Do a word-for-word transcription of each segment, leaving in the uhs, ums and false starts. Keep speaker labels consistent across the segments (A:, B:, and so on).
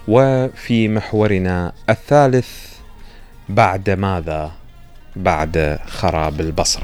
A: وفي محورنا الثالث، بعد ماذا؟ بعد خراب البصرة.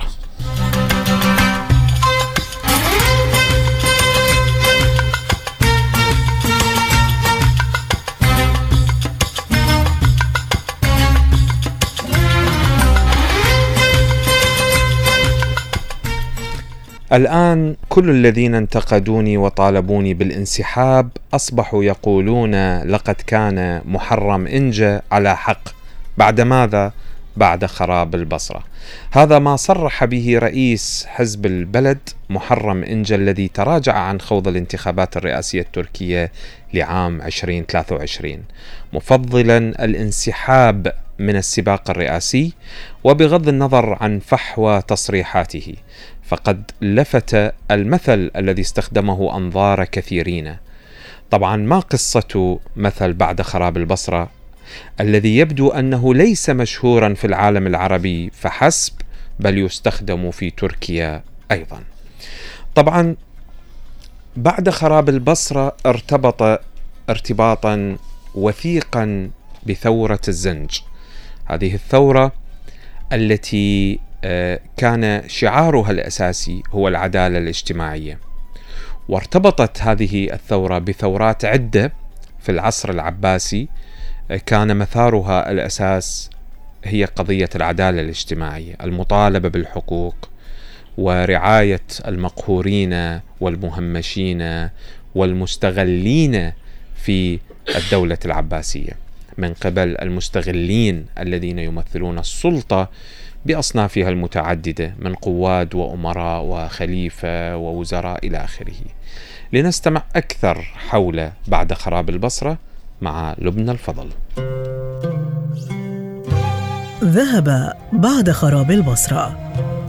A: الآن كل الذين انتقدوني وطالبوني بالانسحاب أصبحوا يقولون لقد كان محرم إنجا على حق. بعد ماذا؟ بعد خراب البصرة. هذا ما صرح به رئيس حزب البلد محرم إنجا الذي تراجع عن خوض الانتخابات الرئاسية التركية لعام عشرين ثلاثة وعشرين، مفضلا الانسحاب من السباق الرئاسي، وبغض النظر عن فحوى تصريحاته فقد لفت المثل الذي استخدمه أنظار كثيرين. طبعا ما قصة مثل بعد خراب البصرة الذي يبدو أنه ليس مشهورا في العالم العربي فحسب، بل يستخدم في تركيا أيضا. طبعا بعد خراب البصرة ارتبط ارتباطا وثيقا بثورة الزنج، هذه الثورة التي كان شعارها الأساسي هو العدالة الاجتماعية، وارتبطت هذه الثورة بثورات عدة في العصر العباسي كان مثارها الأساس هي قضية العدالة الاجتماعية، المطالبة بالحقوق ورعاية المقهورين والمهمشين والمستغلين في الدولة العباسية من قبل المستغلين الذين يمثلون السلطة بأصنافها المتعددة من قواد وأمراء وخليفة ووزراء إلى آخره. لنستمع أكثر حول بعد خراب البصرة مع لبنى الفضل.
B: ذهب بعد خراب البصرة.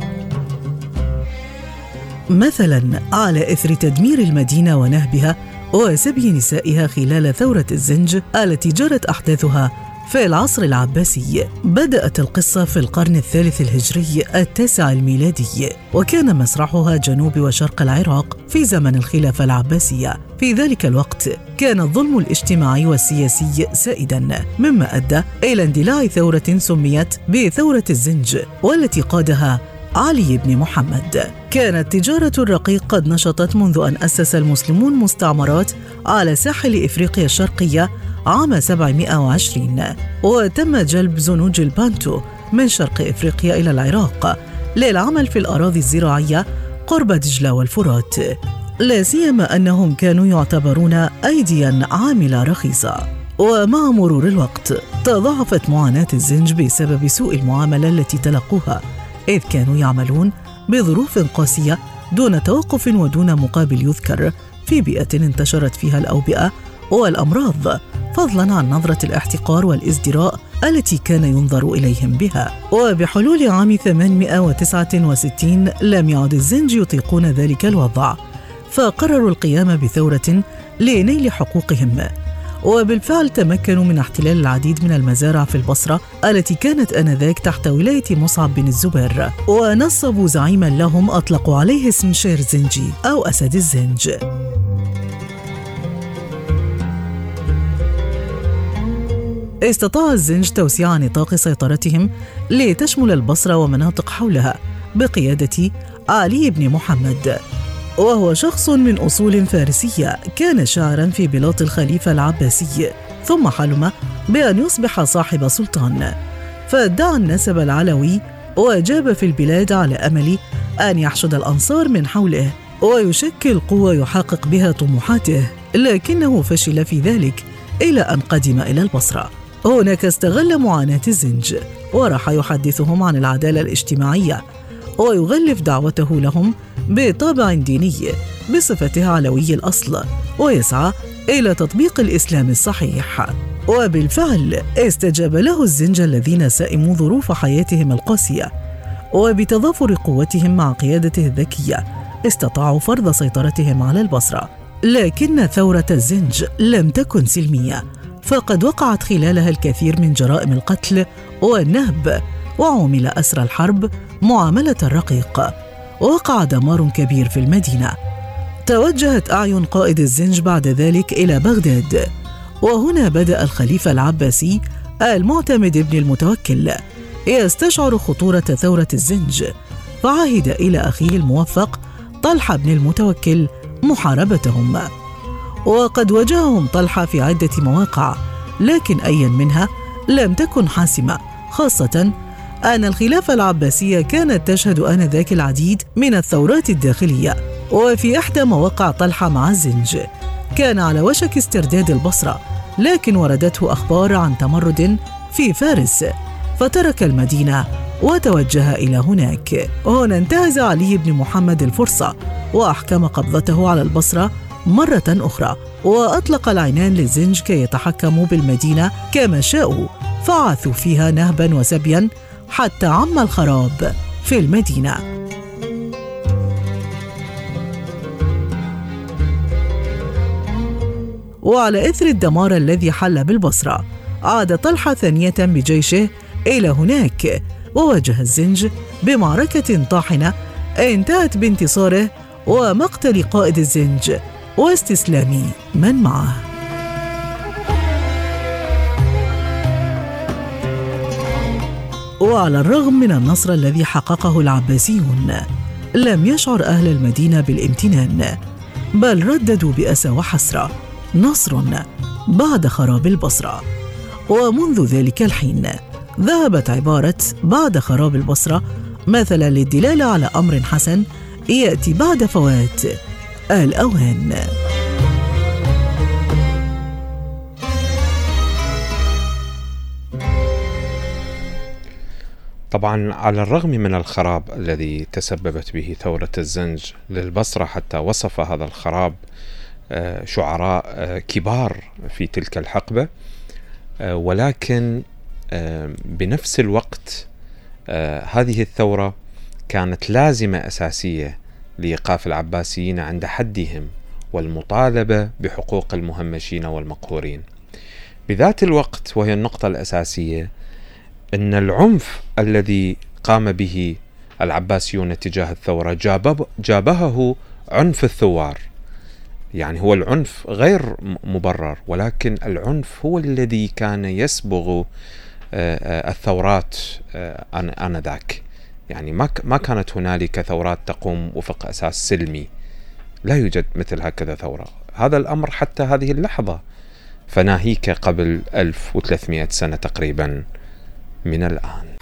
B: مثلا على إثر تدمير المدينة ونهبها وسبي نسائها خلال ثورة الزنج التي جرت أحداثها في العصر العباسي، بدأت القصة في القرن الثالث الهجري التاسع الميلادي، وكان مسرحها جنوب وشرق العراق في زمن الخلافة العباسية. في ذلك الوقت كان الظلم الاجتماعي والسياسي سائدا، مما أدى إلى اندلاع ثورة سميت بثورة الزنج والتي قادها علي بن محمد. كانت تجارة الرقيق قد نشطت منذ أن أسس المسلمون مستعمرات على ساحل إفريقيا الشرقية عام سبعمائة وعشرين، وتم جلب زنوج البانتو من شرق إفريقيا إلى العراق للعمل في الأراضي الزراعية قرب دجلة والفرات، لا سيما أنهم كانوا يعتبرون أيدياً عاملة رخيصة. ومع مرور الوقت تضاعفت معاناة الزنج بسبب سوء المعاملة التي تلقوها، إذ كانوا يعملون بظروف قاسية دون توقف ودون مقابل يذكر، في بيئة انتشرت فيها الأوبئة والأمراض، فضلاً عن نظرة الاحتقار والازدراء التي كان ينظر إليهم بها. وبحلول عام ثمانمائة وتسعة وستين لم يعد الزنج يطيقون ذلك الوضع، فقرروا القيام بثورة لنيل حقوقهم، وبالفعل تمكنوا من احتلال العديد من المزارع في البصرة التي كانت آنذاك تحت ولاية مصعب بن الزبير، ونصبوا زعيماً لهم أطلقوا عليه اسم شير زنجي أو أسد الزنج. استطاع الزنج توسيع نطاق سيطرتهم لتشمل البصرة ومناطق حولها بقيادة علي بن محمد، وهو شخص من أصول فارسية، كان شاعراً في بلاط الخليفة العباسي، ثم حلم بأن يصبح صاحب سلطان، فادعى النسب العلوي وجاب في البلاد على أمل أن يحشد الأنصار من حوله ويشكل قوة يحقق بها طموحاته، لكنه فشل في ذلك إلى أن قدم إلى البصرة. هناك استغل معاناة الزنج وراح يحدثهم عن العدالة الاجتماعية ويغلف دعوته لهم بطابع ديني بصفته علوي الأصل، ويسعى إلى تطبيق الإسلام الصحيح. وبالفعل استجاب له الزنج الذين سئموا ظروف حياتهم القاسية، وبتضافر قوتهم مع قيادته الذكية استطاعوا فرض سيطرتهم على البصرة. لكن ثورة الزنج لم تكن سلمية، فقد وقعت خلالها الكثير من جرائم القتل والنهب، وعُمل أسرى الحرب معاملة الرقيق، ووقع دمار كبير في المدينة. توجهت أعين قائد الزنج بعد ذلك إلى بغداد، وهنا بدأ الخليفة العباسي المعتمد بن المتوكل يستشعر خطورة ثورة الزنج، فعهد إلى أخيه الموفق طلحة بن المتوكل محاربتهم. وقد واجههم طلحة في عدة مواقع، لكن أي منها لم تكن حاسمة، خاصة أن الخلافة العباسية كانت تشهد آنذاك العديد من الثورات الداخلية. وفي إحدى مواقع طلحة مع الزنج كان على وشك استرداد البصرة، لكن وردته أخبار عن تمرد في فارس، فترك المدينة وتوجه إلى هناك. هنا انتهز علي بن محمد الفرصة وأحكم قبضته على البصرة مرة أخرى، وأطلق العنان للزنج كي يتحكموا بالمدينة كما شاءوا، فعثوا فيها نهبا وسبيا حتى عم الخراب في المدينة. وعلى إثر الدمار الذي حل بالبصرة، عاد طلحة ثانية بجيشه إلى هناك، وواجه الزنج بمعركة طاحنة انتهت بانتصاره ومقتل قائد الزنج واستسلام من معه. وعلى الرغم من النصر الذي حققه العباسيون، لم يشعر أهل المدينة بالامتنان، بل رددوا بأسى وحسرة: نصر بعد خراب البصرة. ومنذ ذلك الحين ذهبت عبارة بعد خراب البصرة مثلا للدلالة على أمر حسن يأتي بعد فوات الأوان.
A: طبعا على الرغم من الخراب الذي تسببت به ثورة الزنج للبصرة، حتى وصف هذا الخراب شعراء كبار في تلك الحقبة، ولكن بنفس الوقت هذه الثورة كانت لازمة أساسية لإيقاف العباسيين عند حدهم والمطالبة بحقوق المهمشين والمقهورين. بذات الوقت، وهي النقطة الأساسية، أن العنف الذي قام به العباسيون تجاه الثورة جابه جابهه عنف الثوار. يعني هو العنف غير مبرر، ولكن العنف هو الذي كان يسبغ الثورات آنذاك. يعني ما كانت هنالك ثورات تقوم وفق أساس سلمي، لا يوجد مثل هكذا ثورة. هذا الأمر حتى هذه اللحظة، فناهيك قبل ألف وثلاثمائة سنة تقريبا من الآن.